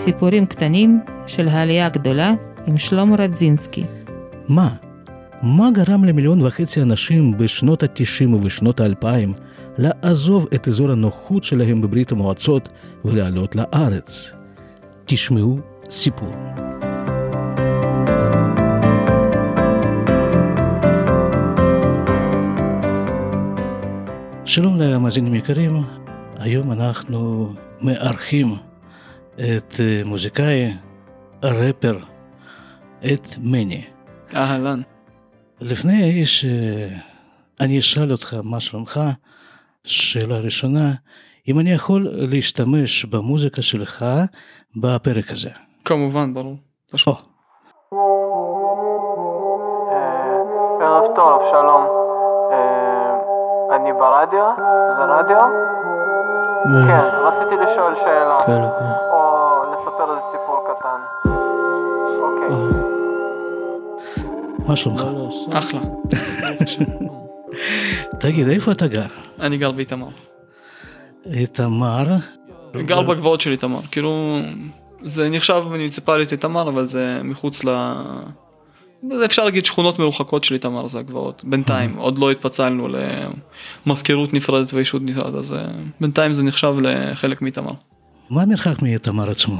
סיפורים קטנים של העלייה הגדולה עם שלמה רדזינסקי. מה גרם ל1.5 מיליון אנשים בשנות ה-90 ובשנות ה-2000 לעזוב את אזור הנוחות שלהם בברית המועצות ולעלות לארץ? תשמעו סיפור. שלום למאזינים יקרים, היום אנחנו מארחים את מוזיקאי, הרפר, את מני. אהלן. לפני שאני אשאל אותך מה שלומך, שאלה ראשונה, אם אני יכול להשתמש במוזיקה שלך בפרק הזה. כמובן, ברור. פשוט. ערב טוב, שלום. אני ברדיו? זה רדיו? כן, רציתי לשאול שאלה. או נספר איזה סיפור קטן. אוקיי. מה שלומך? אחלה. תגיד, איפה אתה גר? אני גר באיתמר. איתמר? גר בגבעות של איתמר. כאילו, זה נחשב מוניציפלית איתמר, אבל זה מחוץ זה אפשר להגיד שכונות מרוחקות של איתמר, זה הגבעות. בינתיים, עוד לא התפצלנו למזכירות נפרדת ואישות נפרד, אז בינתיים זה נחשב לחלק מאיתמר. מה המרחק מאיתמר עצמו?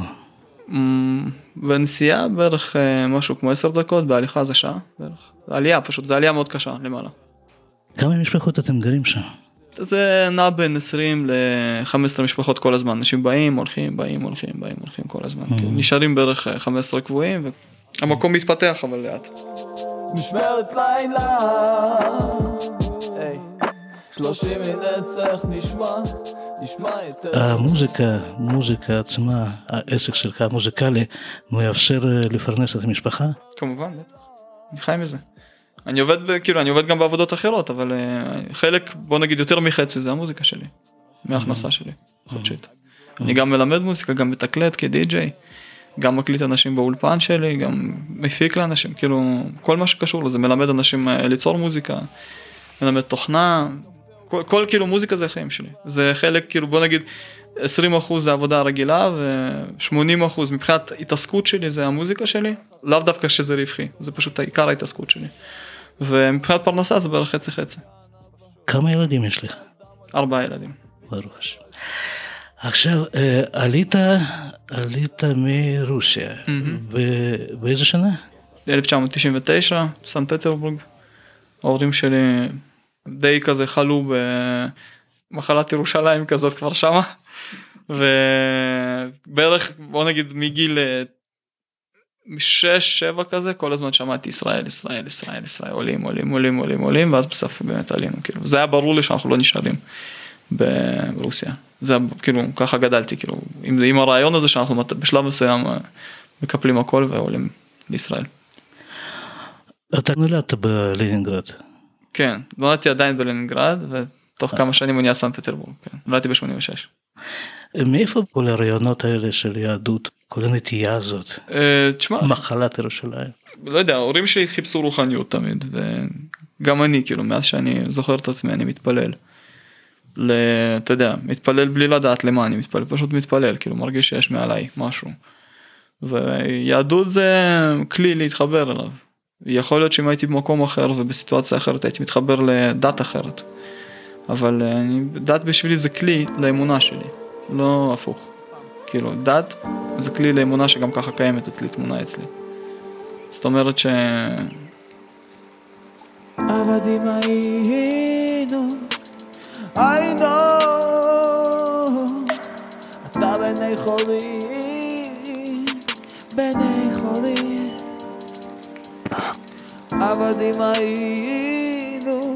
בנסיעה בערך משהו כמו 10 דקות, בהליכה זה שעה בערך. זה עלייה פשוט, זה עלייה מאוד קשה למעלה. כמה משפחות אתם גרים שם? זה נע בין 20 ל-15 משפחות כל הזמן. אנשים באים, הולכים כל הזמן. נשארים בערך 15 קבועים, והמקום מתפתח אבל לאט. משמרת לילה 30 מנצח נשמע את המוזיקה עצמה, העסק שלך המוזיקלי, מאפשר לפרנס את המשפחה? כמובן, אני חי מזה. אני עובד גם בעבודות אחרות, אבל חלק, בוא נגיד יותר מחצי, זה המוזיקה שלי, מההכנסה שלי, חודשית. אני גם מלמד מוזיקה, גם מתקלט כדי-ג'יי, גם מקליט אנשים באולפן שלי, גם מפיק לאנשים, כאילו, כל מה שקשור לזה, מלמד אנשים ליצור מוזיקה, מלמד תוכנה, כל כאילו מוזיקה זה החיים שלי. זה חלק, כאילו, בוא נגיד, 20% זה עבודה רגילה, ו80% מבחינת התעסקות שלי זה המוזיקה שלי, לאו דווקא שזה רווחי, זה פשוט העיקר ההתעסקות שלי. ומבחינת פרנסה זה בערך חצי. כמה ילדים יש לך? 4 ילדים. בראש. עכשיו, עלית מרוסיה, באיזה שנה? 1999, סנט פטרבורג. ההורים שלי די כזה חלו במחלת ירושלים כזאת כבר שמה, ובערך בוא נגיד מגיל 6-7 כזה, כל הזמן שמעתי ישראל, עולים, ואז בסוף באמת עלינו, כאילו, זה היה ברור לי שאנחנו לא נשארים ברוסיה, זה כאילו, ככה גדלתי, כאילו, עם הרעיון הזה שאנחנו בשלב מסוים מקפלים הכל ועולים לישראל. אתה נולדת בלנינגרד? כן, נולדתי עדיין בלנינגרד, ותוך כמה שנים הוא נהיה סנט פטרבורג, כן, נולדתי ב-86. מאיפה כל הרעיונות האלה של יהדות, כל הנטייה הזאת? תשמע, מחלת ירושלים. לא יודע, ההורים שלי חיפשו רוחניות תמיד, וגם אני, כאילו, מאז שאני זוכר את עצמי, אני מתפלל. אתה יודע, מתפלל בלי לדעת למה אני מתפלל, פשוט מתפלל, כאילו, מרגיש שיש מעליי משהו. ויהדות זה כלי להתחבר אליו. יכול להיות שאם הייתי במקום אחר ובסיטואציה אחרת הייתי מתחבר לדת אחרת. אבל דת בשבילי זה כלי לאמונה שלי, לא הפוך. כאילו, דת זה כלי לאמונה שגם ככה קיימת אצלי, תמונה אצלי. זאת אומרת עבדים היינו, אתה בני חולים, עבדים היינו,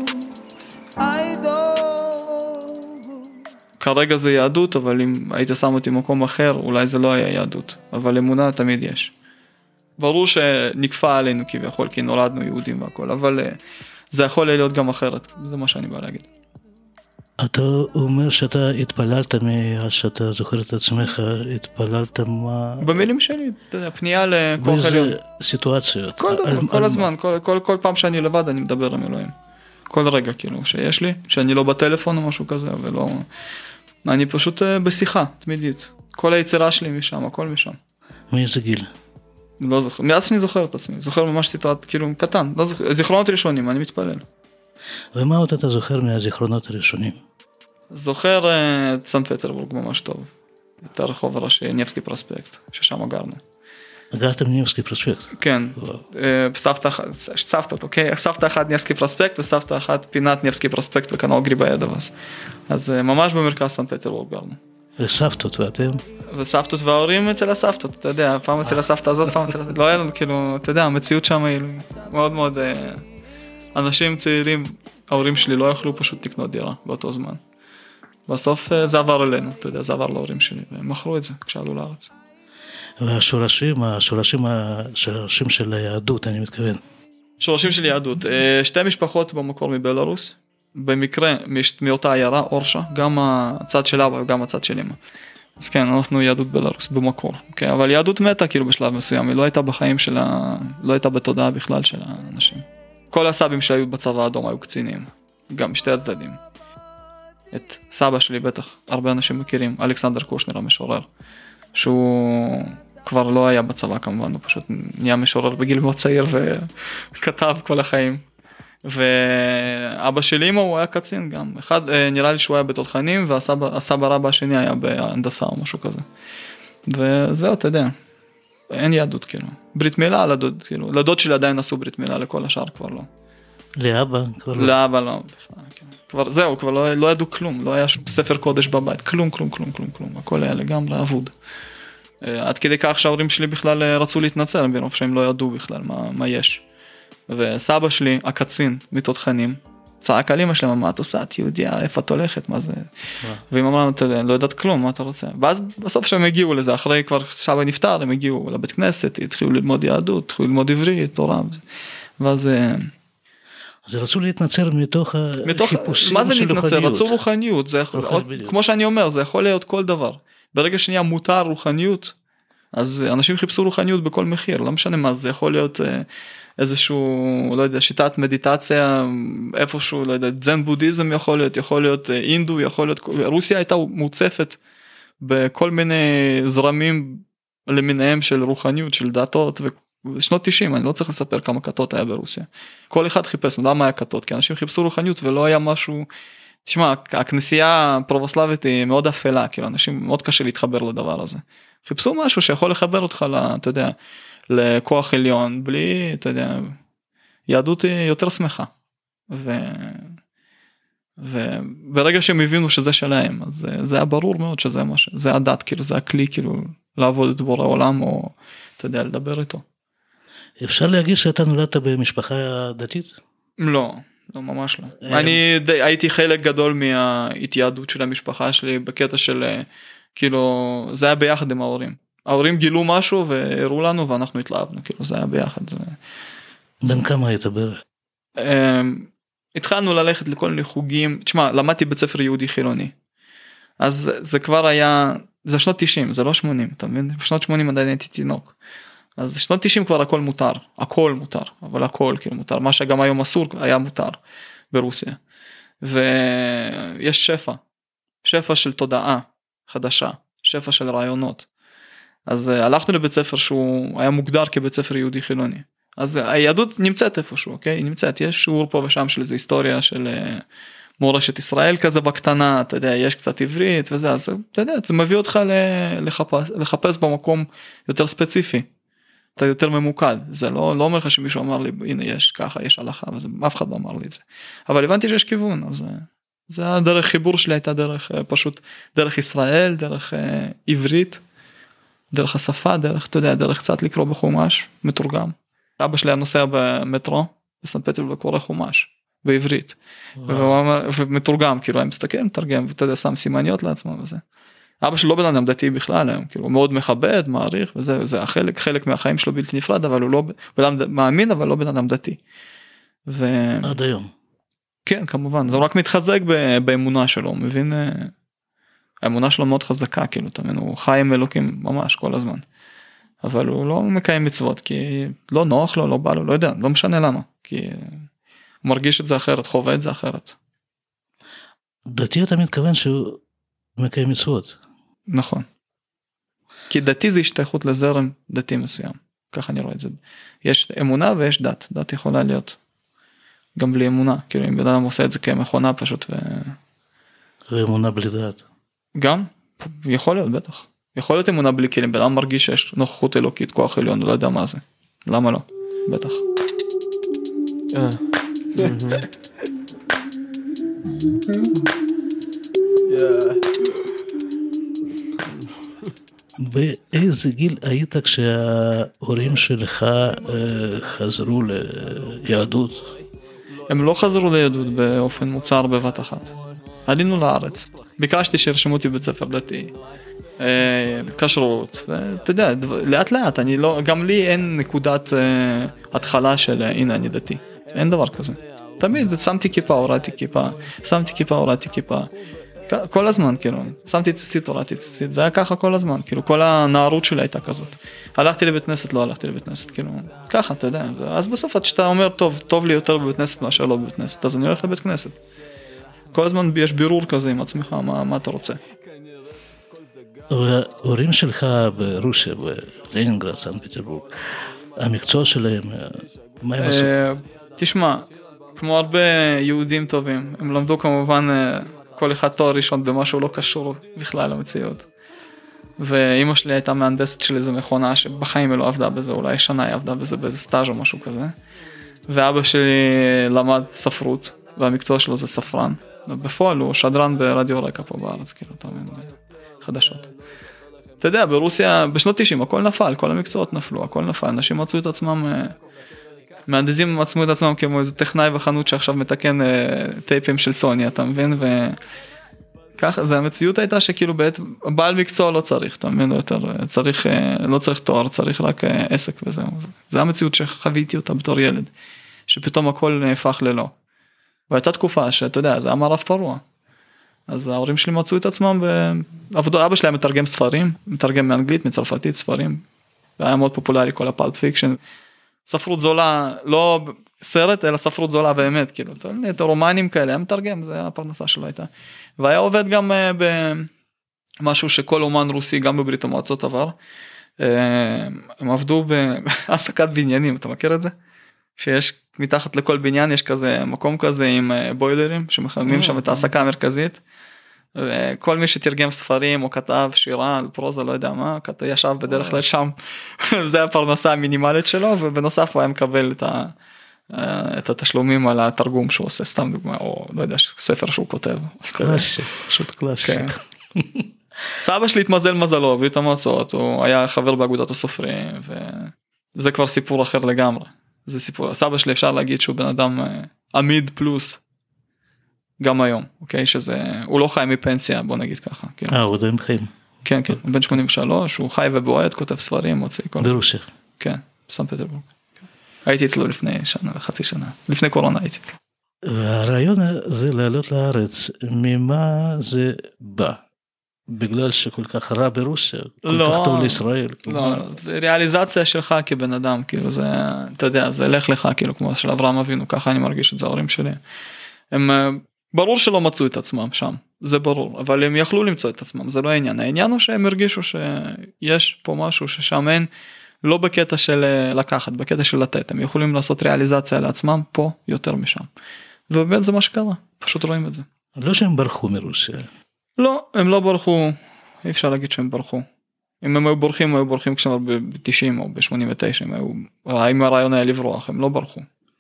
כרגע זה יהדות, אבל אם היית שם אותי במקום אחר, אולי זה לא היה יהדות. אבל אמונה תמיד יש. ברור שנקפה עלינו כביכול, כי נולדנו יהודים והכל, אבל זה יכול להיות גם אחרת. זה מה שאני בא להגיד. אתה אומר שאתה התפללת שאתה זוכר את עצמך, התפללת מה... במילים שלי, אתה יודע, פנייה לכוח עליון. באיזה סיטואציות? כל הזמן, כל פעם שאני לבד אני מדבר עם אלוהים. כל רגע כאילו שיש לי, שאני לא בטלפון או משהו כזה, ולא... אני פשוט בשיחה תמידית. כל היצירה שלי משם, הכל משם. מאיזה גיל? לא זוכר, מאז שאני זוכר את עצמי, זוכר ממש סיטואט כאילו קטן, לא זוכר, זיכרונות ראשונים, אני מתפלל. ומה עוד אתה זוכר מהזיכרונות הראשונים? זוכר את סן פטרבורג ממש טוב, את הרחוב הראשי, ניבסקי פרוספקט, ששם גרנו. גרתם ניבסקי פרוספקט? כן, סבתא אחת ניבסקי פרוספקט וסבתא אחת פינת ניבסקי פרוספקט וקנאל גריבאיידובס. אז ממש במרכז סן פטרבורג גרנו. וסבתות ואתם? וסבתות וההורים אצל הסבתות, אתה יודע, פעם אצל הסבתא הזאת, פעם אצל הסבתא, לא היה לנו, כאילו, אתה יודע, המציאות שם היא מאוד מאוד, אנשים צעירים, ההורים שלי לא יכלו פשוט לקנות דירה באותו זמן. בסוף זה עבר אלינו, אתה יודע, זה עבר להורים שלי, והם מכרו את זה כשעלו לארץ. והשורשים של היהדות, אני מתכוון. שורשים של יהדות, שתי משפחות במקור מבלרוס, במקרה מאותה עיירה, אורשה, גם הצד של אבא וגם הצד של אמא. אז כן, אנחנו יהדות בלרוס במקור, אוקיי? אבל יהדות מתה כאילו בשלב מסוים, היא לא הייתה בחיים שלה, לא הייתה בתודעה בכלל של האנשים. כל הסבים שהיו בצבא האדום היו קצינים, גם משתי הצדדים. את סבא שלי בטח, הרבה אנשים מכירים, אלכסנדר קושנר המשורר, שהוא כבר לא היה בצבא כמובן, הוא פשוט נהיה משורר בגיל מאוד צעיר וכתב כל החיים. ואבא של אמא הוא היה קצין גם, אחד נראה לי שהוא היה בתותחנים, והסבא רבא השני היה בהנדסה או משהו כזה. וזהו, אתה יודע, אין יהדות כאילו. ברית מילה לדוד, כאילו, לדוד שלי עדיין עשו ברית מילה, לכל השאר כבר לא. לאבא? לאבא לא, כבר זהו, כבר לא ידעו כלום, לא היה שום ספר קודש בבית, כלום, הכל היה לגמרי אבוד. עד כדי כך שההורים שלי בכלל רצו להתנצל, ברוב שהם לא ידעו בכלל מה יש. וסבא שלי, הקצין מתותחנים, צעק על אמא שלהם, מה את עושה? את יהודיה, איפה את הולכת? מה זה? ואמא אמרה, אתה יודע, לא יודעת כלום, מה אתה רוצה? ואז בסוף שהם הגיעו לזה, אחרי כבר סבא נפטר, הם הגיעו לבית כנסת, התחילו ללמוד יהדות, התחילו ללמוד עברית, תורה, ואז... אז רצו להתנצר מתוך החיפושים של רוחניות. מה זה להתנצר? רצו רוחניות, כמו שאני אומר, זה יכול להיות כל דבר. ברגע שנהיה מותר רוחניות, אז אנשים חיפשו רוחניות בכל מחיר, לא משנה מה, זה יכול להיות איזשהו, לא יודע, שיטת מדיטציה, איפשהו, לא יודע, זן בודהיזם יכול להיות אינדו, יכול להיות, רוסיה הייתה מוצפת בכל מיני זרמים למיניהם של רוחניות, של דתות, ושנות 90, אני לא צריך לספר כמה כתות היה ברוסיה. כל אחד חיפש, למה היה כתות? כי אנשים חיפשו רוחניות ולא היה משהו, תשמע, הכנסייה הפרובוסלבית היא מאוד אפלה, כאילו אנשים מאוד קשה להתחבר לדבר הזה. חיפשו משהו שיכול לחבר אותך, אתה יודע, לכוח עליון, בלי, אתה יודע, יהדות היא יותר שמחה. וברגע שהם הבינו שזה שלהם, אז זה היה ברור מאוד שזה מה, זה הדת, כאילו, זה הכלי, כאילו, לעבוד את בורא העולם, או, אתה יודע, לדבר איתו. אפשר להגיד שאתה נולדת במשפחה דתית? לא, לא, ממש לא. אני הייתי חלק גדול מההתייעדות של המשפחה שלי, בקטע של, כאילו, זה היה ביחד עם ההורים. ההורים גילו משהו והראו לנו ואנחנו התלהבנו, כאילו זה היה ביחד. בן כמה היית בערך? התחלנו ללכת לכל מיני חוגים, תשמע, למדתי בית ספר יהודי חילוני, אז זה כבר היה, זה שנות 90, זה לא 80, אתה מבין? בשנות 80 עדיין הייתי תינוק, אז שנות 90 כבר הכל מותר, אבל הכל כאילו מותר, מה שגם היום אסור היה מותר ברוסיה, ויש שפע של תודעה חדשה, שפע של רעיונות, אז הלכנו לבית ספר שהוא היה מוגדר כבית ספר יהודי חילוני, אז היהדות נמצאת איפשהו, אוקיי? היא נמצאת, יש שיעור פה ושם של איזו היסטוריה של מורשת ישראל כזה בקטנה, אתה יודע, יש קצת עברית וזה, אז אתה יודע, זה מביא אותך לחפש במקום יותר ספציפי, אתה יותר ממוקד, זה לא אומר לך שמישהו אמר לי, הנה יש ככה, יש הלכה, אף אחד לא אמר לי את זה, אבל הבנתי שיש כיוון, אז זה הדרך חיבור שלי, הייתה דרך פשוט, דרך ישראל, דרך עברית, דרך השפה, דרך, אתה יודע, דרך קצת לקרוא בחומש, מתורגם. אבא שלי היה נוסע במטרו, בסן פטרבורג קורא חומש, בעברית, ומתורגם, כאילו, היה מסתכל, מתרגם, ואתה יודע, שם סימניות לעצמו וזה. אבא שלי לא בן אדם דתי בכלל, כאילו, מאוד מכבד, מעריך, וזה, זה חלק מהחיים שלו בלתי נפרד, אבל הוא לא, בן אדם מאמין, אבל לא בן אדם דתי. עד היום. כן, כמובן, זה רק מתחזק באמונה שלו, הוא מבין, האמונה שלו מאוד חזקה, כאילו, אתה מבין, הוא חי עם אלוקים ממש כל הזמן. אבל הוא לא מקיים מצוות, כי לא נוח לו, לא בא לו, לא יודע, לא משנה למה, כי הוא מרגיש את זה אחרת, חווה את זה אחרת. דתי אתה מתכוון שהוא מקיים מצוות? נכון. כי דתי זה השתייכות לזרם דתי מסוים, ככה אני רואה את זה. יש אמונה ויש דת, דת יכולה להיות גם בלי אמונה, כאילו אם בן אדם עושה את זה כמכונה פשוט ואמונה בלי דת. גם, יכול להיות בטח. יכול להיות אמונה בלי כלים, בן אדם מרגיש שיש נוכחות אלוקית, כוח עליון, לא יודע מה זה. למה לא? בטח. באיזה גיל היית כשההורים שלך חזרו ליהדות? הם לא חזרו ליהדות באופן מוצר בבת אחת. עלינו לארץ. ביקשתי שירשמו אותי בבית ספר דתי. כשרות, ואתה יודע, לאט לאט, גם לי אין נקודת התחלה של הנה אני דתי. אין דבר כזה. תמיד שמתי כיפה, הורדתי כיפה, שמתי כיפה, הורדתי כיפה. כל הזמן, כאילו, שמתי ציצית, הורדתי ציצית, זה היה ככה כל הזמן, כאילו, כל הנערות שלי הייתה כזאת. הלכתי לבית כנסת, לא הלכתי לבית כנסת, כאילו, ככה, אתה יודע. אז בסוף, עד שאתה אומר, טוב לי יותר בבית כנסת מאשר לא בבית כנסת, אז אני הולך לבית כנסת. כל הזמן יש בירור כזה עם עצמך, מה אתה רוצה. וההורים שלך ברוסיה, בלנינגרד, סנט פטרבורג, המקצוע שלהם, מה הם עשו? תשמע, כמו הרבה יהודים טובים, הם למדו כמובן כל אחד תואר ראשון במשהו לא קשור בכלל למציאות. ואמא שלי הייתה מהנדסת של איזו מכונה שבחיים היא לא עבדה בזה, אולי שנה היא עבדה בזה באיזה סטאז' או משהו כזה. ואבא שלי למד ספרות, והמקצוע שלו זה ספרן. בפועל הוא שדרן ברדיו רקע פה בארץ, כאילו, אתה מבין, חדשות. אתה יודע, ברוסיה, בשנות 90, הכל נפל, כל המקצועות נפלו, הכל נפל, אנשים מצאו את עצמם, מהנדסים מצאו את עצמם כמו איזה טכנאי בחנות שעכשיו מתקן טייפים של סוני, אתה מבין, וככה, זה המציאות הייתה שכאילו בעל מקצוע לא צריך, אתה מבין, לא צריך תואר, צריך רק עסק וזהו. זה המציאות שחוויתי אותה בתור ילד, שפתאום הכל נהפך ללא. והייתה תקופה שאתה יודע, זה היה מערב פרוע. אז ההורים שלי מצאו את עצמם בעבודה, אבא שלהם מתרגם ספרים, מתרגם מאנגלית, מצרפתית ספרים. זה היה מאוד פופולרי כל הפלט פיקשן. ספרות זולה, לא סרט, אלא ספרות זולה באמת, כאילו, את הרומנים כאלה, היה מתרגם, זה היה הפרנסה שלו הייתה. והיה עובד גם במשהו שכל אומן רוסי, גם בברית המועצות עבר. הם עבדו בהעסקת בניינים, אתה מכיר את זה? שיש מתחת לכל בניין יש כזה מקום כזה עם בוילרים שמחממים שם את העסקה המרכזית, וכל מי שתרגם ספרים או כתב שירה, פרוזה, לא יודע מה, ישב בדרך כלל שם, זה הפרנסה המינימלית שלו, ובנוסף הוא היה מקבל את התשלומים על התרגום שהוא עושה, סתם דוגמה, או לא יודע, ספר שהוא כותב. קלאסי, פשוט קלאסי. סבא שלי התמזל מזלו, ברית המועצות, הוא היה חבר באגודת הסופרים, וזה כבר סיפור אחר לגמרי. זה סיפור, סבא שלי אפשר להגיד שהוא בן אדם עמיד פלוס, גם היום, אוקיי? שזה, הוא לא חי מפנסיה, בוא נגיד ככה. הוא עדיין חיים. כן, כן, הוא בן 83, הוא חי ובועט, כותב ספרים, מוציא כל... ברוסיה. כן, סנט פטרבורג. הייתי אצלו לפני שנה, חצי שנה, לפני קורונה הייתי אצלו. והרעיון הזה לעלות לארץ, ממה זה בא? בגלל שכל כך רע ברוסיה, כל כך טוב לישראל. לא, זה ריאליזציה שלך כבן אדם, כאילו זה, אתה יודע, זה לך לך, כאילו כמו של אברהם אבינו, ככה אני מרגיש את זה, ההורים שלי. הם, ברור שלא מצאו את עצמם שם, זה ברור, אבל הם יכלו למצוא את עצמם, זה לא העניין. העניין הוא שהם הרגישו שיש פה משהו ששם אין, לא בקטע של לקחת, בקטע של לתת, הם יכולים לעשות ריאליזציה לעצמם פה יותר משם. ובאמת זה מה שקרה, פשוט רואים את זה. לא שהם ברחו מרוסיה. לא, הם לא ברחו, אי אפשר להגיד שהם ברחו. אם הם היו בורחים כשהם ב-90 או ב-89, אם הרעיון היה לברוח, הם לא ברחו.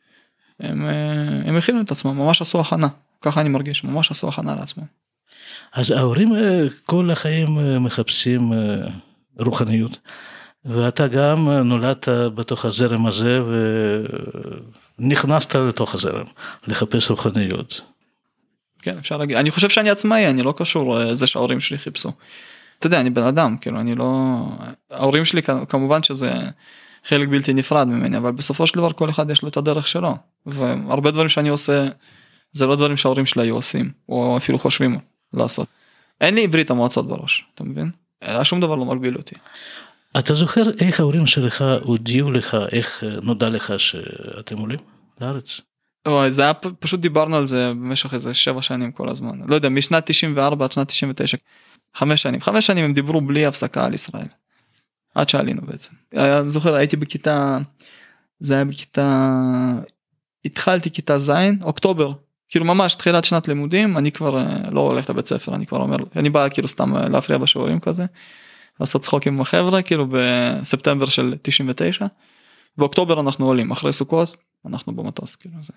הם הכינו את עצמם, ממש עשו הכנה, ככה אני מרגיש, ממש עשו הכנה לעצמם. אז ההורים כל החיים מחפשים רוחניות, ואתה גם נולדת בתוך הזרם הזה, ונכנסת לתוך הזרם, לחפש רוחניות. כן, אפשר להגיד. אני חושב שאני עצמאי, אני לא קשור לזה שההורים שלי חיפשו. אתה יודע, אני בן אדם, כאילו, אני לא... ההורים שלי, כמובן שזה חלק בלתי נפרד ממני, אבל בסופו של דבר כל אחד יש לו את הדרך שלו. והרבה דברים שאני עושה, זה לא דברים שההורים שלי היו עושים, או אפילו חושבים לעשות. אין לי ברית המועצות בראש, אתה מבין? שום דבר לא מגביל אותי. אתה זוכר איך ההורים שלך הודיעו לך, איך נודע לך שאתם עולים לארץ? זה היה, פשוט דיברנו על זה במשך איזה 7 שנים כל הזמן. לא יודע, משנת 94 עד שנת 99, 5 שנים הם דיברו בלי הפסקה על ישראל. עד שעלינו בעצם. אני זוכר, הייתי בכיתה, זה היה בכיתה, התחלתי כיתה זין, אוקטובר, כאילו ממש תחילת שנת לימודים, אני כבר לא הולך לבית ספר, אני כבר אומר, אני בא כאילו סתם להפריע בשיעורים כזה, לעשות צחוקים עם החבר'ה, כאילו בספטמבר של 99, באוקטובר אנחנו עולים, אחרי סוכות, אנחנו במטוס, כאילו זה.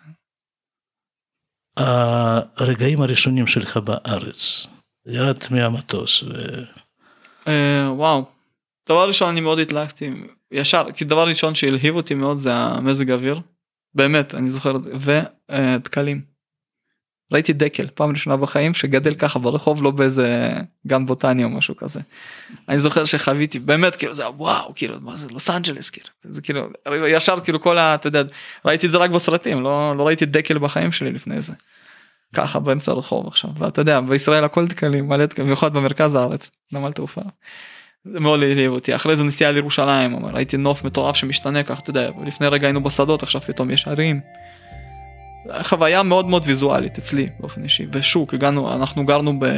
הרגעים הראשונים שלך בארץ, ירדת מהמטוס וואו, דבר ראשון אני מאוד התלהבתי, ישר, כי דבר ראשון שהלהיב אותי מאוד זה המזג האוויר, באמת, אני זוכר את זה, ודקלים. ראיתי דקל, פעם ראשונה בחיים, שגדל ככה ברחוב, לא באיזה גן בוטני או משהו כזה. אני זוכר שחוויתי, באמת, כאילו, זה וואו, כאילו, מה זה, לוס אנג'לס, כאילו, זה כאילו, ישר, כאילו, כל אתה יודע, ראיתי את זה רק בסרטים, לא ראיתי דקל בחיים שלי לפני זה. ככה, באמצע הרחוב עכשיו, ואתה יודע, בישראל הכל דקלים, מלא דקלים, במיוחד במרכז הארץ, נמל תעופה. זה מאוד להיב אותי. אחרי זה נסיעה לירושלים, ראיתי נוף מטורף שמשתנה כך, אתה יודע, לפני רגע היינו בשדות, עכשיו פתאום יש ערים. חוויה מאוד מאוד ויזואלית אצלי באופן אישי, ושוק, אנחנו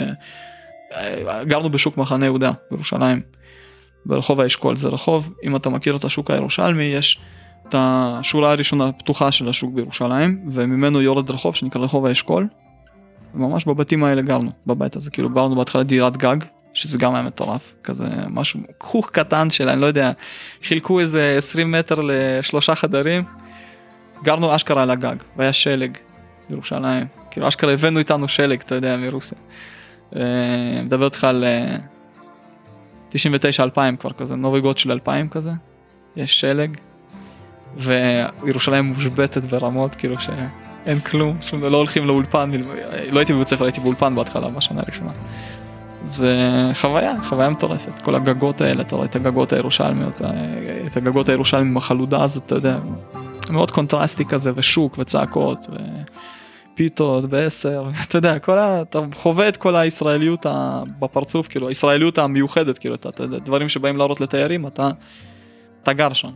גרנו בשוק מחנה יהודה בירושלים, ברחוב האשכול. זה רחוב, אם אתה מכיר את השוק הירושלמי, יש את השורה הראשונה הפתוחה של השוק בירושלים, וממנו יורד רחוב שנקרא רחוב האשכול, וממש בבתים האלה גרנו, בבית הזה, כאילו גרנו בהתחלה דירת גג, שזה גם היה מטורף, כזה משהו, כוך קטן של, אני לא יודע, חילקו איזה 20 מטר ל3 חדרים, גרנו אשכרה על הגג, והיה שלג בירושלים, כאילו אשכרה הבאנו איתנו שלג, אתה יודע, מרוסיה. מדבר אותך על 99-2000 כבר כזה, נוריגות של 2000 כזה, יש שלג, וירושלים מושבטת ברמות, כאילו שאין כלום, לא הולכים לאולפן, לא הייתי בבית ספר, הייתי באולפן בהתחלה, בשנה הראשונה. זה חוויה מטורפת, כל הגגות האלה, אתה רואה את הגגות הירושלמיות, את הגגות הירושלמיים עם החלודה הזאת, אתה יודע, מאוד קונטרסטי כזה, ושוק וצעקות ופיתות בעשר, אתה יודע, אתה חווה את כל הישראליות בפרצוף, כאילו הישראליות המיוחדת, כאילו אתה יודע, דברים שבאים להראות לתיירים, אתה גר שם.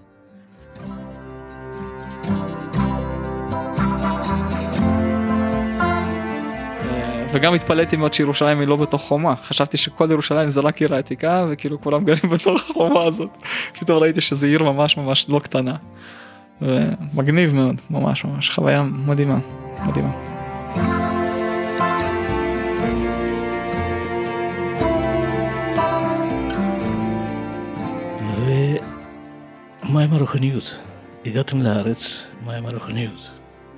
וגם התפלאתי מאוד שירושלים היא לא בתוך חומה, חשבתי שכל ירושלים זה רק עיר העתיקה, וכאילו כולם גרים בתוך החומה הזאת, פתאום ראיתי שזה עיר ממש ממש לא קטנה. ומגניב מאוד, ממש ממש, חוויה מדהימה, מדהימה. ומה עם הרוחניות? הגעתם לארץ, מה עם הרוחניות?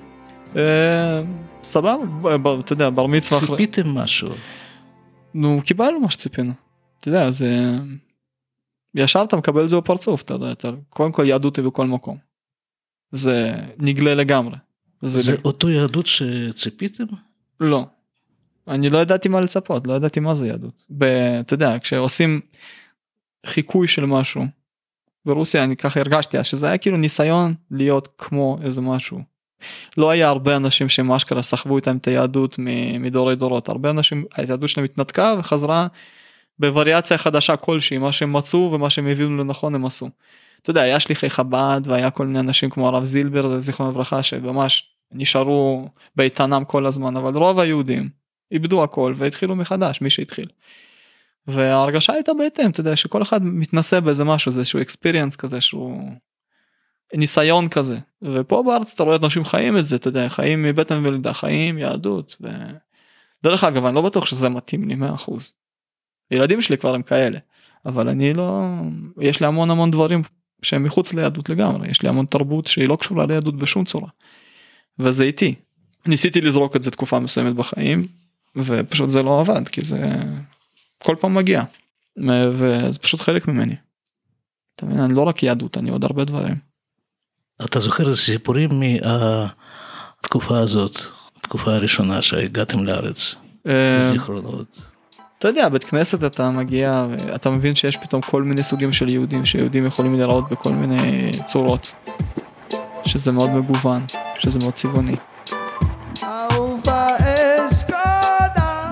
סבבה, אתה יודע, בר מצווה. ציפיתם משהו? נו, קיבלנו מה שציפינו. אתה יודע, זה ישר אתה מקבל את זה בפרצוף, אתה יודע, קודם כל יהדות היא בכל מקום. זה נגלה לגמרי. זה אותו יהדות שציפיתם? לא. אני לא ידעתי מה לצפות, לא ידעתי מה זה יהדות. אתה יודע, כשעושים חיקוי של משהו, ברוסיה אני ככה הרגשתי, שזה היה כאילו ניסיון להיות כמו איזה משהו. לא היה הרבה אנשים שמשכרה סחבו איתם את היהדות מדורי דורות. הרבה אנשים, היהדות שלהם התנתקה וחזרה בווריאציה חדשה כלשהי, מה שהם מצאו ומה שהם הביאו לנכון הם עשו. אתה יודע, היה שליחי חב"ד והיה כל מיני אנשים כמו הרב זילבר, זיכרון לברכה, שממש נשארו באיתנם כל הזמן, אבל רוב היהודים איבדו הכל והתחילו מחדש, מי שהתחיל. וההרגשה הייתה בהתאם, אתה יודע, שכל אחד מתנסה באיזה משהו, זה איזשהו experience כזה, שהוא ניסיון כזה. ופה בארץ אתה רואה את אנשים חיים את זה, אתה יודע, חיים מבטן ולידה, חיים יהדות. דרך אגב, אני לא בטוח שזה מתאים לי 100%. ילדים שלי כבר הם כאלה, אבל אני לא, יש לי המון דברים שהם מחוץ ליהדות לגמרי, יש לי המון תרבות שהיא לא קשורה ליהדות בשום צורה, וזה איתי. ניסיתי לזרוק את זה תקופה מסוימת בחיים, ופשוט זה לא עבד, כי זה כל פעם מגיע, וזה פשוט חלק ממני. אתה מבין, אני לא רק יהדות, אני עוד הרבה דברים. אתה זוכר סיפורים מהתקופה הזאת, התקופה הראשונה שהגעתם לארץ, זיכרונות? אתה יודע, בית כנסת אתה מגיע, ואתה מבין שיש פתאום כל מיני סוגים של יהודים, שיהודים יכולים לראות בכל מיני צורות, שזה מאוד מגוון, שזה מאוד צבעוני. אהובה אסקודה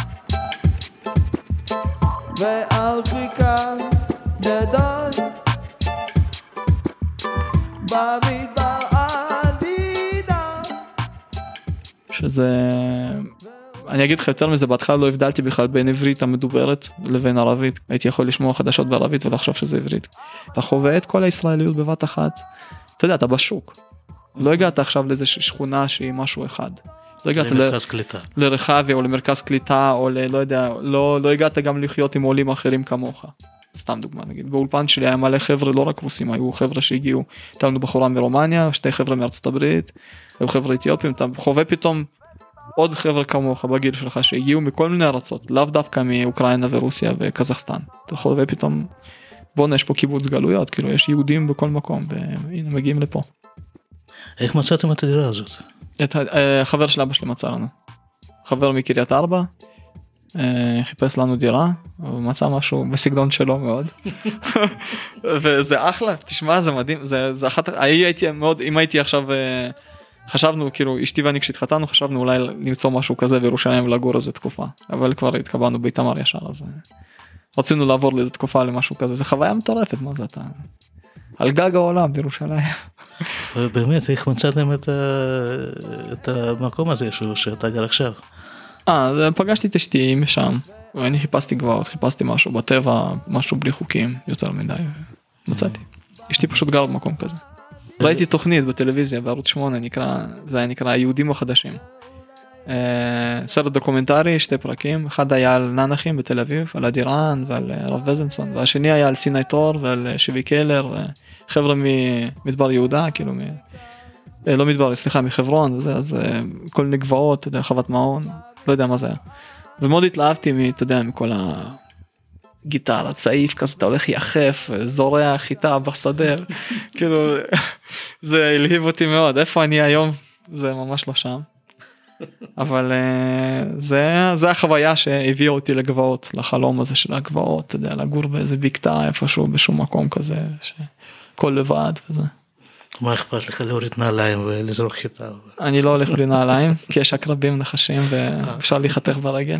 ועל חיכה גדול במדבר עדידה, שזה אני אגיד לך יותר מזה, בהתחלה לא הבדלתי בכלל בין עברית המדוברת לבין ערבית, הייתי יכול לשמוע חדשות בערבית ולחשוב שזה עברית. אתה חווה את כל הישראליות בבת אחת, אתה יודע, אתה בשוק. לא הגעת עכשיו לאיזו שכונה שהיא משהו אחד. לא הגעת לרחבי או למרכז קליטה, או לא יודע, לא הגעת גם לחיות עם עולים אחרים כמוך. סתם דוגמה, נגיד, באולפן שלי היה מלא חבר'ה, לא רק רוסים, היו חבר'ה שהגיעו, הייתה לנו בחורה מרומניה, 2 חבר'ה מארצות הברית, היו חבר'ה אתיופים, אתה חווה פתאום עוד חבר'ה כמוך בגיל שלך, שהגיעו מכל מיני ארצות, לאו דווקא מאוקראינה ורוסיה וקזחסטן, אתה חווה פתאום, בוא'נה, יש פה קיבוץ גלויות, כאילו יש יהודים בכל מקום, והנה מגיעים לפה. איך מצאתם את הדירה הזאת? חבר של אבא שלי מצא לנו, חבר מקריית ארבע, חיפש לנו דירה, הוא מצא משהו בסגנון שלו מאוד, וזה אחלה, תשמע, זה מדהים, זה אחת, הייתי מאוד, אם הייתי עכשיו, חשבנו, כאילו, אשתי ואני כשהתחתנו, חשבנו אולי למצוא משהו כזה בירושלים ולגור איזה תקופה, אבל כבר התקבלנו באיתמר ישר, אז רצינו לעבור לאיזה תקופה למשהו כזה, זה חוויה מטורפת, מה זה אתה? על גג העולם בירושלים. ובאמת, איך מצאתם את המקום הזה שאתה גר עכשיו? פגשתי את אשתי משם, ואני חיפשתי גבעות, חיפשתי משהו בטבע, משהו בלי חוקים, יותר מדי, מצאתי. אשתי פשוט גר במקום כזה. ראיתי תוכנית בטלוויזיה, בערוץ 8, זה היה נקרא היהודים החדשים. סרט דוקומנטרי, 2 פרקים, אחד היה על ננחים בתל אביב, על אדירן ועל הרב וזנסון, והשני היה על סיני טור ועל שבי קלר, וחבר'ה ממדבר יהודה, כאילו לא מדבר, סליחה, מחברון, אז כל מיני גבעות, אתה יודע, חוות מעון, לא יודע מה זה היה. ומאוד התלהבתי, אתה יודע, מכל הגיטרה, צעיף כזה, אתה הולך יחף, זורע חיטה בסדר, כאילו, זה הלהיב אותי מאוד, איפה אני היום? זה ממש לא שם. אבל זה החוויה שהביאה אותי לגבעות, לחלום הזה של הגבעות, אתה יודע, לגור באיזה בקתה איפשהו, בשום מקום כזה, שכל לבד וזה. מה אכפת לך להוריד נעליים ולזרוק חיטה? אני לא הולך בלי נעליים, כי יש עקרבים נחשים ואפשר להיחתך ברגל.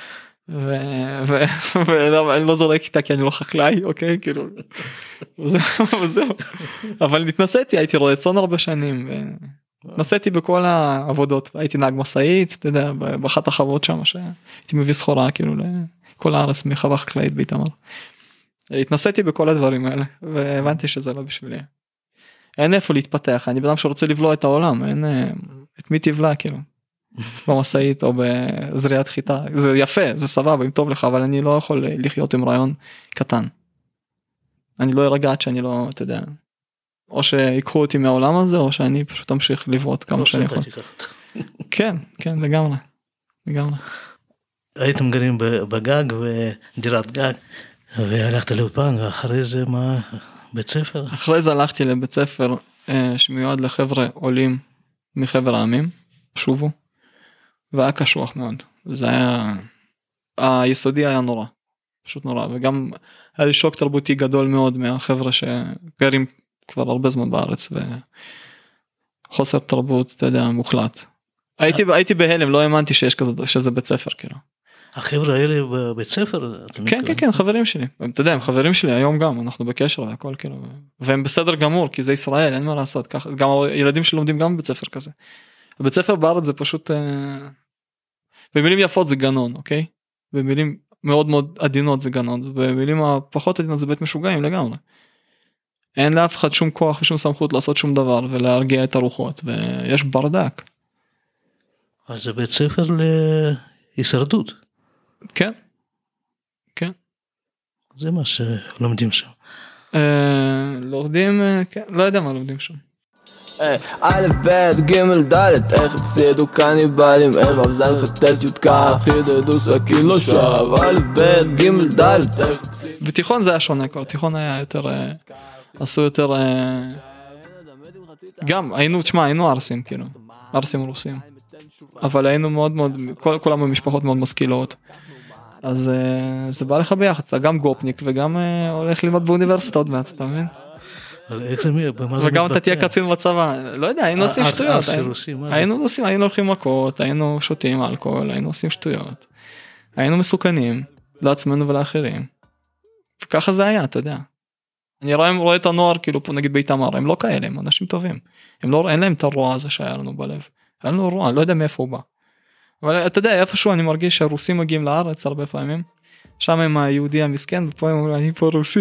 ואני לא זורק חיטה כי אני לא חקלאי, אוקיי? כאילו, וזהו. אבל נתנסיתי, הייתי רואה צאן הרבה שנים, נסעתי בכל העבודות, הייתי נהג מסעית, אתה יודע, באחת החוות שם, שהייתי מביא סחורה, כאילו, לכל הארץ מחווה חקלאית באיתמר. התנסיתי בכל הדברים האלה, והבנתי שזה לא בשבילי. אין איפה להתפתח, אני בן אדם שרוצה לבלוע את העולם, אין את מי תבלע, כאילו, במסעית או בזריעת חיטה. זה יפה, זה סבבה, אם טוב לך, אבל אני לא יכול לחיות עם רעיון קטן. אני לא ארגע עד שאני לא, אתה יודע, או שיקחו אותי מהעולם הזה, או שאני פשוט אמשיך לברות כמה שאני יכול. כן, כן, לגמרי. הייתם גרים בגג ודירת גג, והלכת לאולפן, ואחרי זה מה, בית ספר? אחרי זה הלכתי לבית ספר שמיועד לחבר'ה עולים מחבר העמים, שובו, והיה קשוח מאוד. זה היה, היסודי היה נורא, פשוט נורא, וגם היה לי שוק תרבותי גדול מאוד מהחבר'ה שגרים כבר הרבה זמן בארץ, וחוסר תרבות, אתה יודע, מוחלט. הייתי בהלם, לא האמנתי שיש כזה, שזה בית ספר, כאילו. החבר'ה האלה בבית ספר? כן, חברים שלי. אתה יודע, הם חברים שלי היום גם, אנחנו בקשר והכל, כאילו. והם בסדר גמור, כי זה ישראל, אין מה לעשות. ככה, גם הילדים שלומדים גם בבית ספר כזה. הבית ספר בארץ זה פשוט, במילים יפות זה גנון, אוקיי? במילים מאוד מאוד עדינות זה גנון, ובמילים הפחות עדינות זה בית משוגעים לגמרי. אין לאף אחד שום כוח ושום סמכות לעשות שום דבר ולהרגיע את הרוחות, ויש ברדק. אז זה בית ספר להישרדות. כן. כן. זה מה שלומדים שם. לומדים, כן, לא יודע מה לומדים שם. א' ב' ג' ד' איך הפסידו קניבלים א' ז' ח' ט' י' כ' חידדו סכין לא שב א' ב' ג' ד' איך הפסידו. בתיכון זה היה שונה, כל תיכון היה יותר, עשו יותר, גם היינו ארסים, כאילו, ארסים רוסים, אבל היינו מאוד מאוד, כולם במשפחות מאוד משכילות, אז זה בא לך ביחד, אתה גם גופניק וגם הולך ללמוד באוניברסיטות מעט, אתה מבין? וגם אתה תהיה קצין בצבא, לא יודע, היינו עושים שטויות, היינו הולכים מכות, היינו שותים אלכוהול, היינו עושים שטויות, היינו מסוכנים לעצמנו ולאחרים, וככה זה היה, אתה יודע. אני רואה את הנוער, כאילו פה נגיד באיתמר, הם לא כאלה, הם אנשים טובים, אין להם את הרוע הזה שהיה לנו בלב, היה לנו רוע, לא יודע מאיפה הוא בא, אבל אתה יודע, איפשהו אני מרגיש שהרוסים מגיעים לארץ הרבה פעמים, שם הם היהודי המסכן, ופה הם אומרים, אני פה רוסי.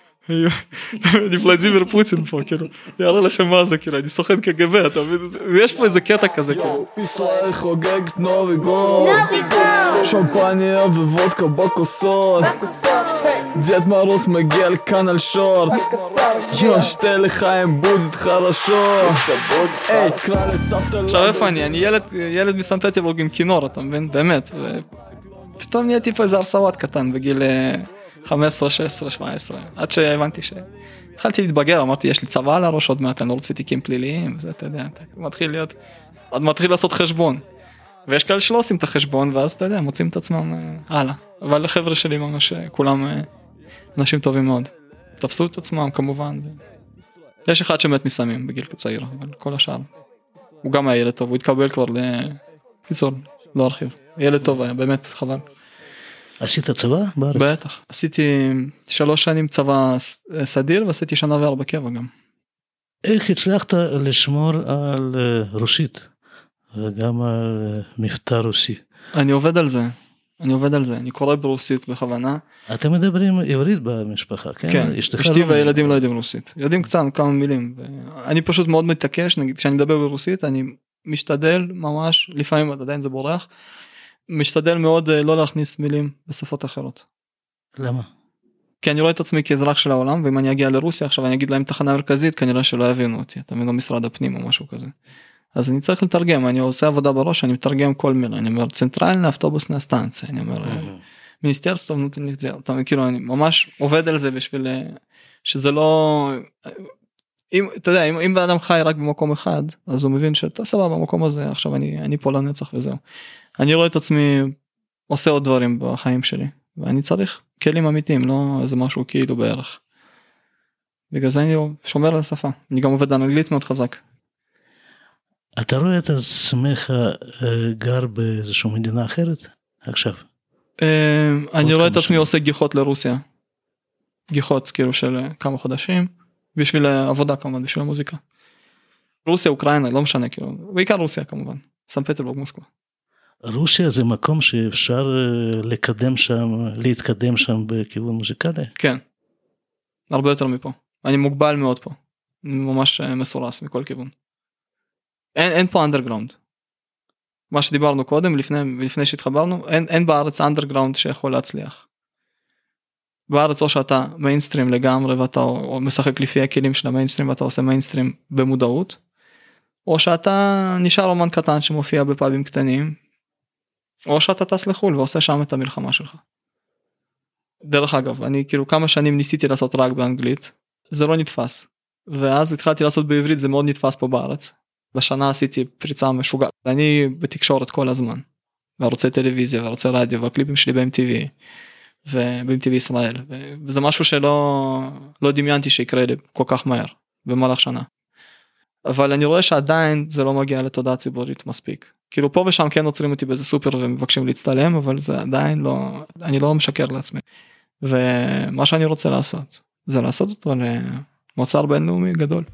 אני ולדימיר פוטין פה, כאילו, יראה לכם מה זה, כאילו, אני סוכן קג"ב, אתה מבין? יש פה איזה קטע כזה, כאילו. ישראל חוגגת נובי-גוד, שמפניה ווודקה בכוסות, דייט מרוס מגיע לכאן על שורט, שתה לך עם בודית חרשות, היי, קרא לסבתא לא... עכשיו איפה אני ילד מסן פטרבורג עם כינור, אתה מבין? באמת, ופתאום נהייתי פה איזה ארסוואט קטן בגיל 15, 16, 17, עד שהבנתי התחלתי להתבגר, אמרתי יש לי צבא על הראש עוד מעט, אני לא רוצה תיקים פליליים, וזה אתה יודע, מתחיל לעשות חשבון, ויש כאלה שלא עושים את החשבון, ואז אתה יודע, מוצאים את עצמם הלאה, אבל החבר'ה שלי ממש כולם אנשים טובים מאוד, תפסו את עצמם כמובן, יש אחד שמת מסמים בגיל צעיר, אבל כל השאר, הוא גם היה ילד טוב, הוא התקבל כבר לקיצור, לא ארחיב, ילד טוב היה, באמת חבל. עשית צבא בארץ? בטח, עשיתי 3 שנים צבא סדיר, ועשיתי 1.4 שנים קבע גם. איך הצלחת לשמור על רוסית, וגם על מבטא רוסי? אני עובד על זה, אני קורא ברוסית בכוונה. אתם מדברים עברית במשפחה, כן? כן, אשתי והילדים לא יודעים רוסית, יודעים קצת כמה מילים, אני פשוט מאוד מתעקש, נגיד, כשאני מדבר ברוסית, אני משתדל ממש, לפעמים עדיין זה בורח, משתדל מאוד לא להכניס מילים בשפות אחרות. למה? כי אני רואה את עצמי כאזרח של העולם, ואם אני אגיע לרוסיה, עכשיו אני אגיד להם תחנה מרכזית, כנראה שלא יבינו אותי, אתה מבין, משרד הפנים או משהו כזה. אז אני צריך לתרגם, אני עושה עבודה בראש, אני מתרגם כל מילה, אני אומר, צנטרלנה אוטובוסנה סטנציה, אני אומר, מיניסטרסטו, כאילו, אני ממש עובד על זה בשביל שזה לא, אתה יודע, אם באדם חי רק במקום אחד, אז הוא מבין שאתה סבבה במקום הזה, עכשיו אני פה לנצח וזהו. אני רואה את עצמי עושה עוד דברים בחיים שלי, ואני צריך כלים אמיתיים, לא איזה משהו כאילו בערך. בגלל זה אני שומר על השפה, אני גם עובד אנגלית מאוד חזק. אתה רואה את עצמך גר באיזושהי מדינה אחרת עכשיו? אני רואה את עצמי עושה גיחות לרוסיה, גיחות כאילו של כמה חודשים, בשביל עבודה כמובן, בשביל המוזיקה. רוסיה, אוקראינה, לא משנה כאילו, בעיקר רוסיה כמובן, סן פטרבורג, מוסקבה. רוסיה זה מקום שאפשר לקדם שם, להתקדם שם בכיוון מוזיקלי? כן, הרבה יותר מפה. אני מוגבל מאוד פה, אני ממש מסורס מכל כיוון. אין פה אנדרגראונד. מה שדיברנו קודם, לפני שהתחברנו, אין בארץ אנדרגראונד שיכול להצליח. בארץ או שאתה מיינסטרים לגמרי, ואתה או משחק לפי הכלים של המיינסטרים, ואתה עושה מיינסטרים במודעות, או שאתה נשאר אומן קטן שמופיע בפאבים קטנים, או שאתה טס לחול ועושה שם את המלחמה שלך. דרך אגב, אני כאילו כמה שנים ניסיתי לעשות רק באנגלית, זה לא נתפס. ואז התחלתי לעשות בעברית, זה מאוד נתפס פה בארץ. בשנה עשיתי פריצה משוגעת. אני בתקשורת כל הזמן. וערוצי טלוויזיה, וערוצי רדיו, והקליפים שלי ב-MTV, וב-MTV ישראל. וזה משהו שלא דמיינתי שיקרה לי כל כך מהר, במהלך שנה. אבל אני רואה שעדיין זה לא מגיע לתודעה ציבורית מספיק. כאילו פה ושם כן עוצרים אותי באיזה סופר ומבקשים להצטלם, אבל זה עדיין לא, אני לא משקר לעצמי. ומה שאני רוצה לעשות, זה לעשות אותו למוצר בינלאומי גדול.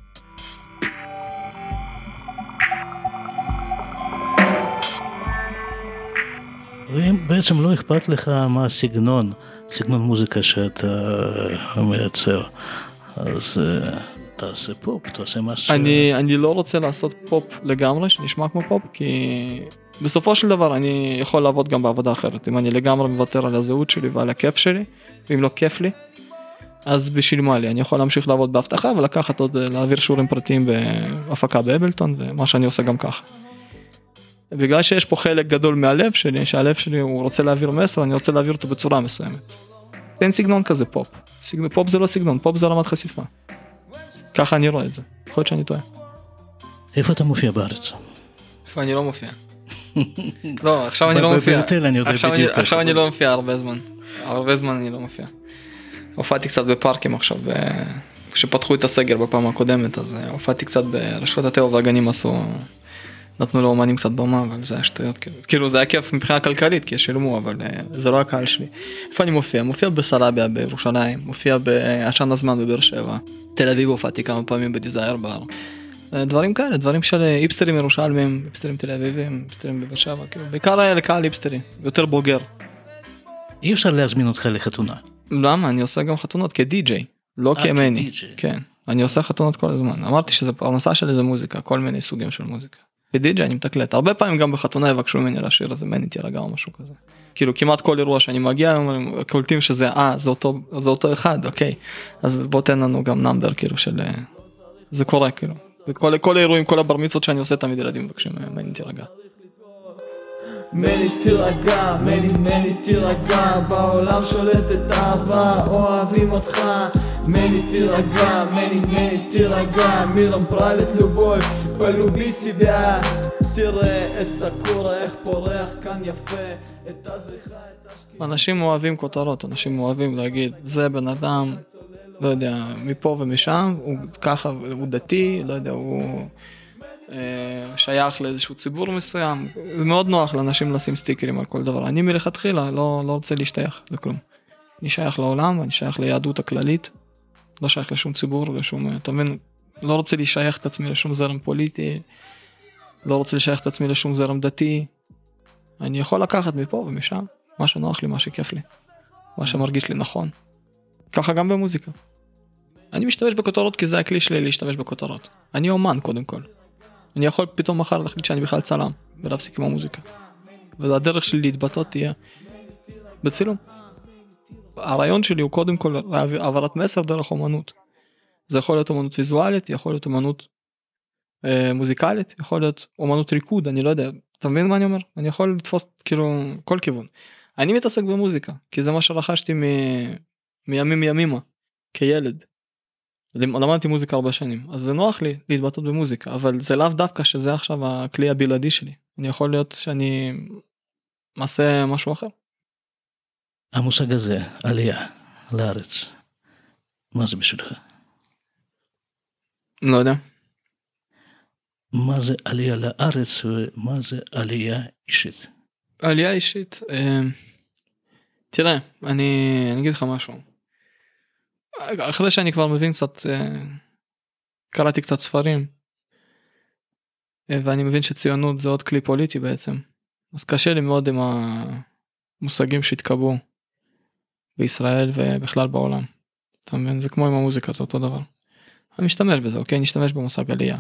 ואם בעצם לא אכפת לך מה הסגנון, סגנון מוזיקה שאתה מייצר, אז תעשה פופ, תעשה משהו. אני לא רוצה לעשות פופ לגמרי, שנשמע כמו פופ, כי בסופו של דבר אני יכול לעבוד גם בעבודה אחרת. אם אני לגמרי מוותר על הזהות שלי ועל הכיף שלי, ואם לא כיף לי, אז בשביל מה לי? אני יכול להמשיך לעבוד בהבטחה, ולקחת עוד, להעביר שיעורים פרטיים בהפקה באבלטון, ומה שאני עושה גם ככה. בגלל שיש פה חלק גדול מהלב שלי, שהלב שלי הוא רוצה להעביר מסר, אני רוצה להעביר אותו בצורה מסוימת. אין סגנון כזה פופ. פופ זה לא סגנון, פופ זה רמת חשיפה. ככה אני רואה את זה. יכול להיות שאני טועה. איפה אתה מופיע בארץ? איפה אני לא מופיע? לא, עכשיו אני לא מופיע. עכשיו אני לא מופיע הרבה זמן. הרבה זמן אני לא מופיע. הופעתי קצת בפארקים עכשיו, כשפתחו את הסגר בפעם הקודמת, אז הופעתי קצת ברשות הטבע והגנים נתנו לאומנים קצת במה, אבל זה היה שטויות. כאילו זה היה כיף מבחינה כלכלית, כי שילמו, אבל זה לא הקהל שלי. איפה אני מופיע? מופיע בסלאביה בירושלים, מופיע בעשן הזמן בבאר שבע. תל אביב הופעתי כמה פעמים בדיזייר בר. דברים כאלה, דברים של היפסטרים ירושלמים, היפסטרים תל אביבים, היפסטרים בבאר שבע, כאילו, בעיקר היה לקהל היפסטרי, יותר בוגר. אי אפשר להזמין אותך לחתונה. למה? אני עושה גם חתונות כדי-ג'יי, לא כמני. כן, אני עושה חתונות כל הזמן. אמרתי שזה פרנסה שלי זה מוזיקה, כל מיני סוגים של מוזיקה. כדי-ג'יי אני מתקלט, הרבה פעמים גם בחתונה יבקשו ממני לשיר איזה מני תירגע או משהו כזה. כאילו כמעט כל אירוע שאני מגיע, קולטים שזה, זה אותו אחד, אוקיי. אז בוא תן לנו גם נאמבר, כאילו של, זה קורה, כאילו. כל האירועים, כל הבר מצוות שאני עושה, תמיד ילדים מבקשים מני תירגע. מני תירגע, מני תירגע, בעולם שולטת אהבה, אוהבים אותך. Meni тирага, meni тирага, миром правит любовь, полюби себя. תראה את סקורה איך פורח כאן יפה, את הזריחה, את השקיעה. אנשים אוהבים כותרות, אנשים אוהבים להגיד, זה בן אדם, לא יודע, מפה ומשם, הוא ככה, הוא דתי, לא יודע, הוא שייך לאיזשהו ציבור מסוים. זה מאוד נוח לאנשים לשים סטיקרים על כל דבר. אני מלכתחילה לא רוצה להשתייך לכלום. אני שייך לעולם, אני שייך ליהדות הכללית. לא שייך לשום ציבור, לשום, אתה מבין, לא רוצה לשייך את עצמי לשום זרם פוליטי, לא רוצה לשייך את עצמי לשום זרם דתי. אני יכול לקחת מפה ומשם, מה שנוח לי, מה שכיף לי, מה שמרגיש לי נכון. ככה גם במוזיקה. אני משתמש בכותרות כי זה הכלי שלי להשתמש בכותרות. אני אומן קודם כל. אני יכול פתאום מחר להחליט שאני בכלל צלם, ולהפסיק עם המוזיקה. והדרך שלי להתבטאות תהיה בצילום. הרעיון שלי הוא קודם כל העברת מסר דרך אומנות. זה יכול להיות אומנות ויזואלית, יכול להיות אומנות מוזיקלית, יכול להיות אומנות ריקוד, אני לא יודע, אתה מבין מה אני אומר? אני יכול לתפוס כאילו כל כיוון. אני מתעסק במוזיקה, כי זה מה שרכשתי מימים ימימה, כילד. למדתי מוזיקה 4 שנים, אז זה נוח לי להתבטאות במוזיקה, אבל זה לאו דווקא שזה עכשיו הכלי הבלעדי שלי. אני יכול להיות שאני מעשה משהו אחר. המושג הזה, עלייה לארץ, מה זה בשבילך? לא יודע. מה זה עלייה לארץ ומה זה עלייה אישית? עלייה אישית, תראה, אני אגיד לך משהו. אחרי שאני כבר מבין קצת, קראתי קצת ספרים, ואני מבין שציונות זה עוד כלי פוליטי בעצם, אז קשה לי מאוד עם המושגים שהתקבעו בישראל ובכלל בעולם. אתה מבין? זה כמו עם המוזיקה, זה אותו דבר. אני משתמש בזה, אוקיי? נשתמש במושג עלייה.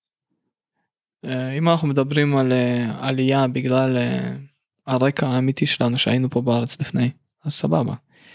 אם אנחנו מדברים על עלייה בגלל הרקע האמיתי שלנו שהיינו פה בארץ לפני, אז סבבה.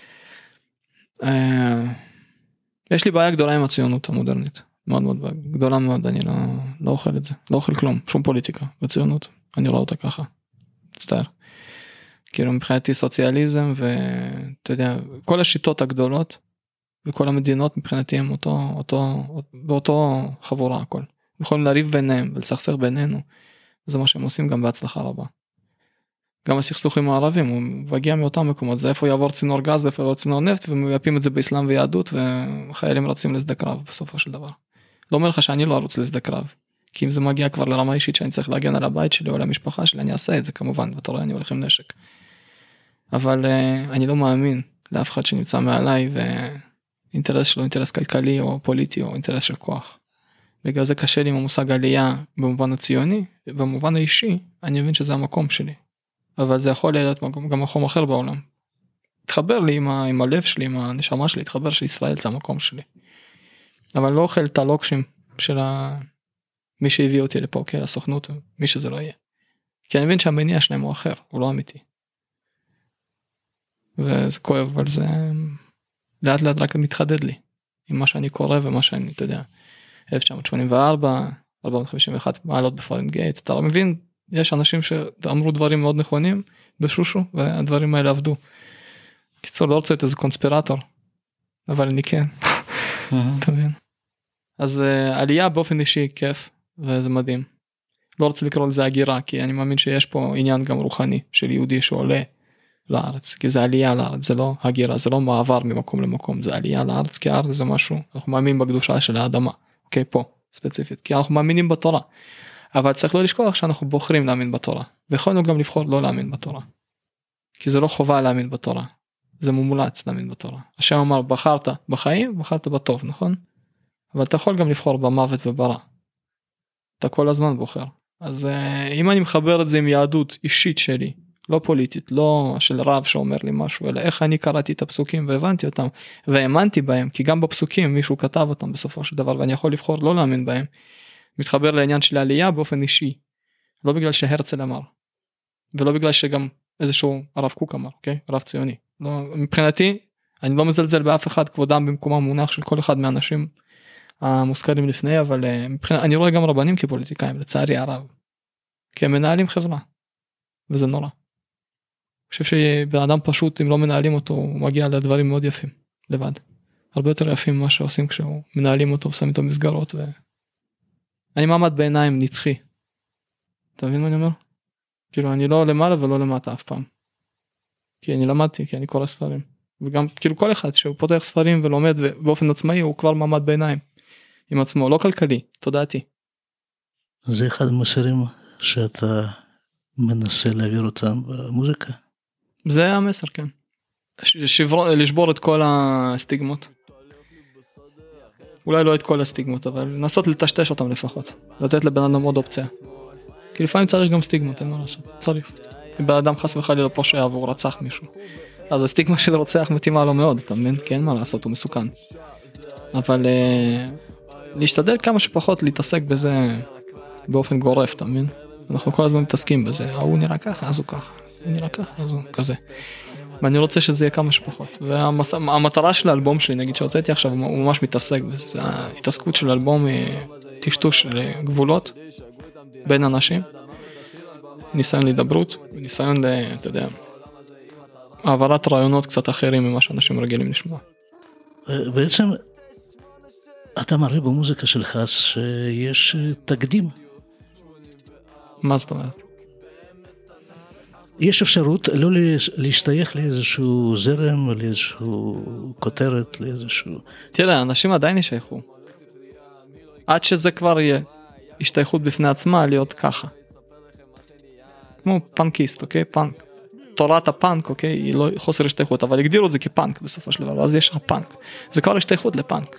יש לי בעיה גדולה עם הציונות המודרנית. מאוד מאוד גדולה מאוד, אני לא אוכל את זה. לא אוכל כלום, שום פוליטיקה בציונות. אני רואה אותה ככה. מצטער. כאילו מבחינתי סוציאליזם ואתה יודע, כל השיטות הגדולות וכל המדינות מבחינתי הם באותו חבורה הכל. יכולים להריב ביניהם ולסכסך בינינו. זה מה שהם עושים גם בהצלחה רבה. גם הסכסוכים הערבים, הוא מגיע מאותם מקומות, זה איפה יעבור צינור גז ואיפה יעבור צינור נפט, ומייפים את זה באסלאם ויהדות, וחיילים רצים לשדה קרב בסופו של דבר. לא אומר לך שאני לא ארוץ לשדה קרב, כי אם זה מגיע כבר לרמה אישית שאני צריך להגן על הבית שלי או על המשפחה שלי, אני אעשה את זה כמובן, ואתה רואה אני הולך עם נשק. אבל אני לא מאמין לאף אחד שנמצא מעליי, ואינטרס שלו, אינטרס כלכלי או פוליטי או אינטרס של כוח. בגלל זה קשה לי עם המושג עלייה במובן הציוני, במובן האישי, אני מבין שזה המקום שלי. אבל זה יכול להיות גם מקום אחר בעולם. תחבר לי עם הלב שלי, עם הנשמה שלי, תחבר שישראל זה המקום שלי. אבל לא אוכל את הלוקשים של מי שהביא אותי לפה, כי הסוכנות, מי שזה לא יהיה. כי אני מבין שהמניע שלהם הוא אחר, הוא לא אמיתי. וזה כואב, אבל זה לאט לאט רק מתחדד לי, עם מה שאני קורא ומה שאני, אתה יודע, 1984, 451 מעלות בפרנגייט, אתה לא מבין, יש אנשים שאמרו דברים מאוד נכונים בשושו, והדברים האלה עבדו. קיצור, לא רוצה להיות איזה קונספירטור, אבל אני כן. אתה מבין? אז עלייה באופן אישי כיף, וזה מדהים. לא רוצה לקרוא לזה הגירה, כי אני מאמין שיש פה עניין גם רוחני של יהודי שעולה לארץ, כי זה עלייה לארץ, זה לא הגירה, זה לא מעבר ממקום למקום, זה עלייה לארץ, כי הארץ זה משהו, אנחנו מאמינים בקדושה של האדמה, אוקיי, פה, ספציפית, כי אנחנו מאמינים בתורה. אבל צריך לא לשכוח שאנחנו בוחרים להאמין בתורה, ויכולנו גם לבחור לא להאמין בתורה, כי זה לא חובה להאמין בתורה, זה מומלץ להאמין בתורה. השם אמר, בחרת בחיים, בחרת בטוב, נכון? אבל אתה יכול גם לבחור במוות וברע, אתה כל הזמן בוחר. אז אם אני מחבר את זה עם יהדות אישית שלי, לא פוליטית, לא של רב שאומר לי משהו, אלא איך אני קראתי את הפסוקים והבנתי אותם, והאמנתי בהם, כי גם בפסוקים מישהו כתב אותם בסופו של דבר, ואני יכול לבחור לא להאמין בהם, מתחבר לעניין של העלייה באופן אישי, לא בגלל שהרצל אמר, ולא בגלל שגם איזשהו הרב קוק אמר, אוקיי? רב ציוני. לא, מבחינתי, אני לא מזלזל באף אחד, כבודם במקומם מונח של כל אחד מהאנשים המוזכרים לפני, אבל אני רואה גם רבנים כפוליטיקאים, לצערי הרב, כי הם מנהלים חברה, וזה נורא. אני חושב שבן אדם פשוט, אם לא מנהלים אותו, הוא מגיע לדברים מאוד יפים, לבד. הרבה יותר יפים ממה שעושים כשהוא מנהלים אותו, ושמים אותו מסגרות, אני מעמד בעיניים נצחי. אתה מבין מה אני אומר? כאילו, אני לא למעלה ולא למטה אף פעם. כי אני למדתי, כי אני קורא ספרים. וגם, כאילו, כל אחד שהוא פותח ספרים ולומד, ובאופן עצמאי הוא כבר מעמד בעיניים. עם עצמו, לא כלכלי, תודעתי. זה אחד המסרים שאתה מנסה להעביר אותם במוזיקה? זה המסר, כן. לשבור את כל הסטיגמות. אולי לא את כל הסטיגמות, אבל לנסות לטשטש אותם לפחות. לתת לבן אדם עוד אופציה. כי לפעמים צריך גם סטיגמות, אין מה לעשות. צריך. אם בן אדם חס וחלילה פושע והוא רצח מישהו. אז הסטיגמה של רוצח מתאימה לו מאוד, אתה מבין? כי אין מה לעשות, הוא מסוכן. אבל להשתדל כמה שפחות להתעסק בזה באופן גורף, אתה מבין? אנחנו כל הזמן מתעסקים בזה. הוא נראה ככה, אז הוא ככה. הוא נראה ככה, אז הוא כזה. ואני רוצה שזה יהיה כמה שפחות. והמטרה של האלבום שלי, נגיד שהוצאתי עכשיו, הוא ממש מתעסק בזה. ההתעסקות של האלבום היא טשטוש של גבולות בין אנשים. ניסיון להידברות, ניסיון אתה יודע, העברת רעיונות קצת אחרים ממה שאנשים רגילים לשמוע. בעצם, אתה מראה במוזיקה שלך שיש תקדים. מה זאת אומרת? יש אפשרות לא להשתייך לאיזשהו זרם, לאיזשהו כותרת, לאיזשהו... תראה, אנשים עדיין ישייכו. עד שזה כבר יהיה השתייכות בפני עצמה להיות ככה. כמו פאנקיסט, אוקיי? פאנק. תורת הפאנק, אוקיי? היא לא חוסר השתייכות, אבל הגדירו את זה כפאנק בסופו של דבר, ואז יש הפאנק. זה כבר השתייכות לפאנק.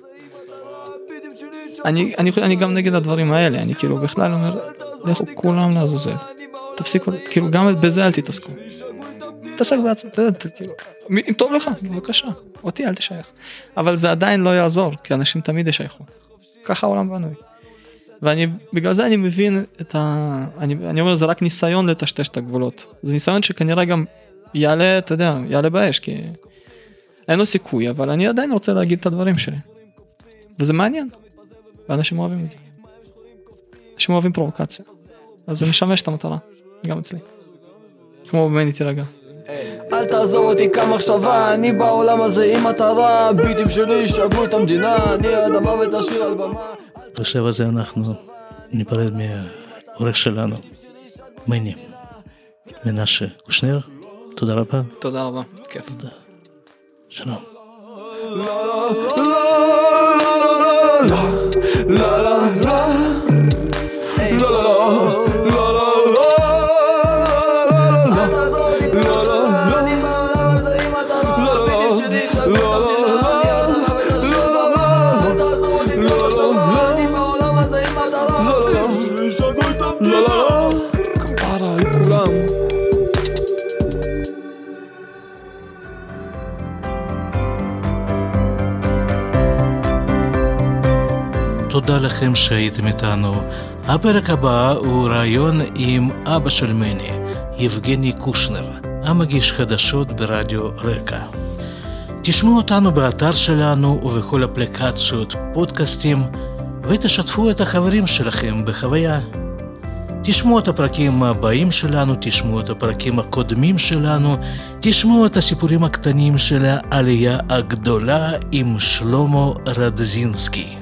אני גם נגד הדברים האלה, אני כאילו בכלל אומר, לכו כולם לעזוזל. תפסיקו, כאילו גם בזה אל תתעסקו. תעסק בעצם, כאילו, אם טוב לך, בבקשה, אותי אל תשייך. אבל זה עדיין לא יעזור, כי אנשים תמיד ישייכו. ככה העולם בנוי. ובגלל זה אני מבין אני אומר, זה רק ניסיון לטשטש את הגבולות. זה ניסיון שכנראה גם יעלה, אתה יודע, יעלה באש, כי אין לו סיכוי, אבל אני עדיין רוצה להגיד את הדברים שלי. וזה מעניין. ואנשים אוהבים את זה. אנשים אוהבים פרובוקציה. אז זה משמש את המטרה, גם אצלי. כמו במני תירגע. אל תעזור אותי כמחשבה, אני בעולם הזה עם מטרה, ביטים שלי שגרו את המדינה, אני אדמה ותשאיר על במה. בשלב הזה אנחנו ניפרד מהעורך שלנו, מני מנשה קושנר. תודה רבה. תודה רבה, כיף. תודה. שלום. תודה לכם שהייתם איתנו. הפרק הבא הוא ראיון עם אבא של מני, יבגני קושנר, המגיש חדשות ברדיו רקע. תשמעו אותנו באתר שלנו ובכל אפליקציות פודקאסטים, ותשתפו את החברים שלכם בחוויה. תשמעו את הפרקים הבאים שלנו, תשמעו את הפרקים הקודמים שלנו, תשמעו את הסיפורים הקטנים של העלייה הגדולה עם שלמה רדזינסקי.